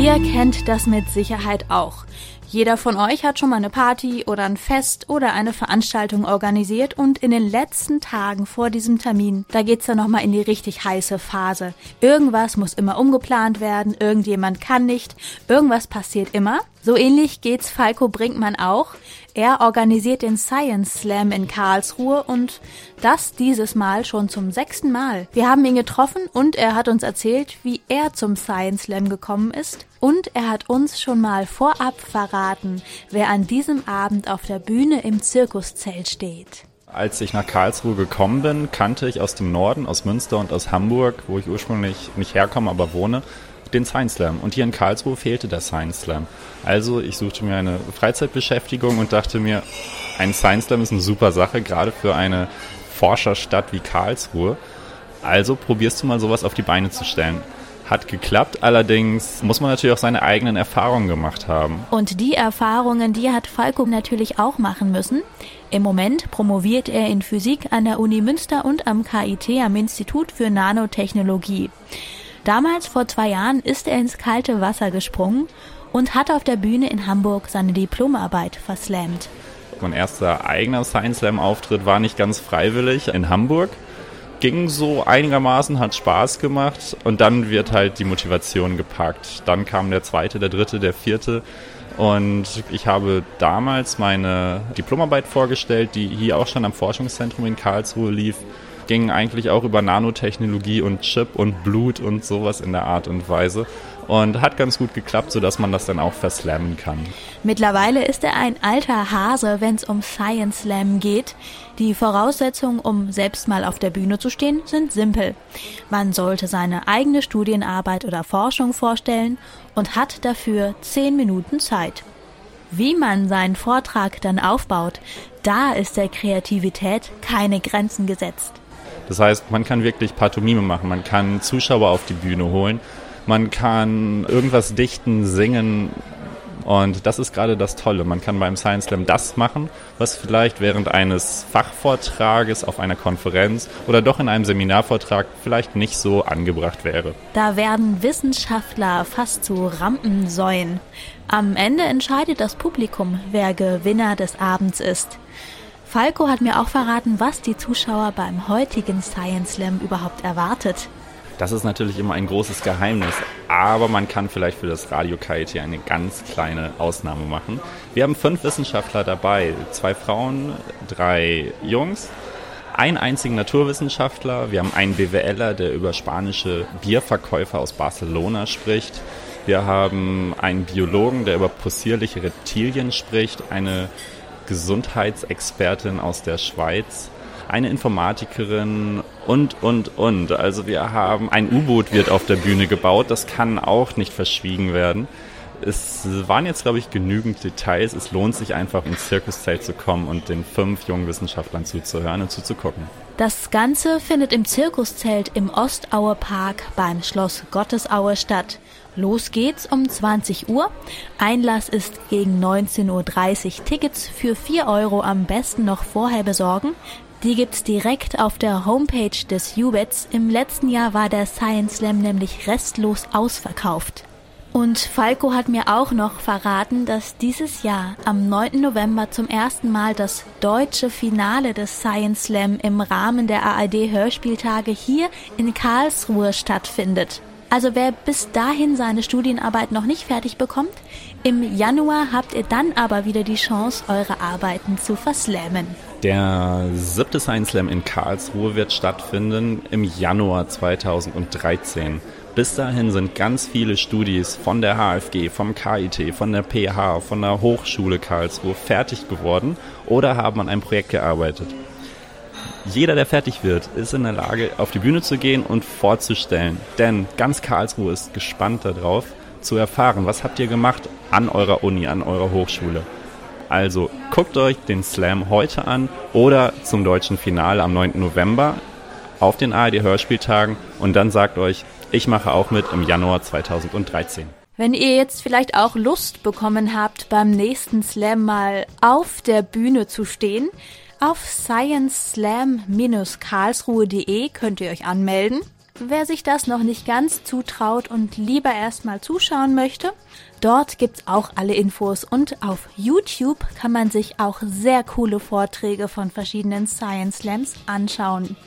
Ihr kennt das mit Sicherheit auch. Jeder von euch hat schon mal eine Party oder ein Fest oder eine Veranstaltung organisiert und in den letzten Tagen vor diesem Termin, da geht's dann nochmal in die richtig heiße Phase. Irgendwas muss immer umgeplant werden, irgendjemand kann nicht, irgendwas passiert immer. So ähnlich geht's Falco Brinkmann auch. Er organisiert den Science Slam in Karlsruhe und das dieses Mal schon zum 6. Mal. Wir haben ihn getroffen und er hat uns erzählt, wie er zum Science Slam gekommen ist. Und er hat uns schon mal vorab verraten, wer an diesem Abend auf der Bühne im Zirkuszelt steht. Als ich nach Karlsruhe gekommen bin, kannte ich aus dem Norden, aus Münster und aus Hamburg, wo ich ursprünglich nicht herkomme, aber wohne, den Science Slam. Und hier in Karlsruhe fehlte der Science Slam. Also ich suchte mir eine Freizeitbeschäftigung und dachte mir, ein Science Slam ist eine super Sache, gerade für eine Forscherstadt wie Karlsruhe. Also probierst du mal sowas auf die Beine zu stellen. Hat geklappt, allerdings muss man natürlich auch seine eigenen Erfahrungen gemacht haben. Und die Erfahrungen, die hat Falco natürlich auch machen müssen. Im Moment promoviert er in Physik an der Uni Münster und am KIT, am Institut für Nanotechnologie. Damals, vor 2 Jahren, ist er ins kalte Wasser gesprungen und hat auf der Bühne in Hamburg seine Diplomarbeit verslammt. Mein erster eigener Science Slam-Auftritt war nicht ganz freiwillig in Hamburg. Ging so einigermaßen, hat Spaß gemacht und dann wird halt die Motivation gepackt. Dann kam der 2., der 3., der 4. und ich habe damals meine Diplomarbeit vorgestellt, die hier auch schon am Forschungszentrum in Karlsruhe lief. Ging eigentlich auch über Nanotechnologie und Chip und Blut und sowas in der Art und Weise. Und hat ganz gut geklappt, sodass man das dann auch verslammen kann. Mittlerweile ist er ein alter Hase, wenn es um Science Slam geht. Die Voraussetzungen, um selbst mal auf der Bühne zu stehen, sind simpel. Man sollte seine eigene Studienarbeit oder Forschung vorstellen und hat dafür 10 Minuten Zeit. Wie man seinen Vortrag dann aufbaut, da ist der Kreativität keine Grenzen gesetzt. Das heißt, man kann wirklich Pantomime machen, man kann Zuschauer auf die Bühne holen. Man kann irgendwas dichten, singen und das ist gerade das Tolle. Man kann beim Science Slam das machen, was vielleicht während eines Fachvortrages auf einer Konferenz oder doch in einem Seminarvortrag vielleicht nicht so angebracht wäre. Da werden Wissenschaftler fast zu Rampensäuen. Am Ende entscheidet das Publikum, wer Gewinner des Abends ist. Falco hat mir auch verraten, was die Zuschauer beim heutigen Science Slam überhaupt erwartet. Das ist natürlich immer ein großes Geheimnis, aber man kann vielleicht für das Radio KIT eine ganz kleine Ausnahme machen. Wir haben 5 Wissenschaftler dabei, 2 Frauen, 3 Jungs, einen einzigen Naturwissenschaftler, wir haben einen BWLer, der über spanische Bierverkäufer aus Barcelona spricht. Wir haben einen Biologen, der über possierliche Reptilien spricht, eine Gesundheitsexpertin aus der Schweiz, eine Informatikerin und. Also wir haben, ein U-Boot wird auf der Bühne gebaut, das kann auch nicht verschwiegen werden. Es waren jetzt, glaube ich, genügend Details. Es lohnt sich einfach, ins Zirkuszelt zu kommen und den 5 jungen Wissenschaftlern zuzuhören und zuzugucken. Das Ganze findet im Zirkuszelt im Ostaue Park beim Schloss Gottesaue statt. Los geht's um 20 Uhr. Einlass ist gegen 19.30 Uhr. Tickets für 4 € am besten noch vorher besorgen. Die gibt's direkt auf der Homepage des UBETS. Im letzten Jahr war der Science Slam nämlich restlos ausverkauft. Und Falco hat mir auch noch verraten, dass dieses Jahr am 9. November zum ersten Mal das deutsche Finale des Science Slam im Rahmen der ARD-Hörspieltage hier in Karlsruhe stattfindet. Also wer bis dahin seine Studienarbeit noch nicht fertig bekommt, im Januar habt ihr dann aber wieder die Chance, eure Arbeiten zu verslammen. Der 7. Science Slam in Karlsruhe wird stattfinden im Januar 2013. Bis dahin sind ganz viele Studis von der HFG, vom KIT, von der PH, von der Hochschule Karlsruhe fertig geworden oder haben an einem Projekt gearbeitet. Jeder, der fertig wird, ist in der Lage, auf die Bühne zu gehen und vorzustellen. Denn ganz Karlsruhe ist gespannt darauf, zu erfahren, was habt ihr gemacht an eurer Uni, an eurer Hochschule. Also guckt euch den Slam heute an oder zum deutschen Finale am 9. November auf den ARD-Hörspieltagen und dann sagt euch, ich mache auch mit im Januar 2013. Wenn ihr jetzt vielleicht auch Lust bekommen habt, beim nächsten Slam mal auf der Bühne zu stehen, auf scienceslam-karlsruhe.de könnt ihr euch anmelden. wer sich das noch nicht ganz zutraut und lieber erstmal zuschauen möchte, dort gibt's auch alle Infos und auf YouTube kann man sich auch sehr coole Vorträge von verschiedenen Science Slams anschauen.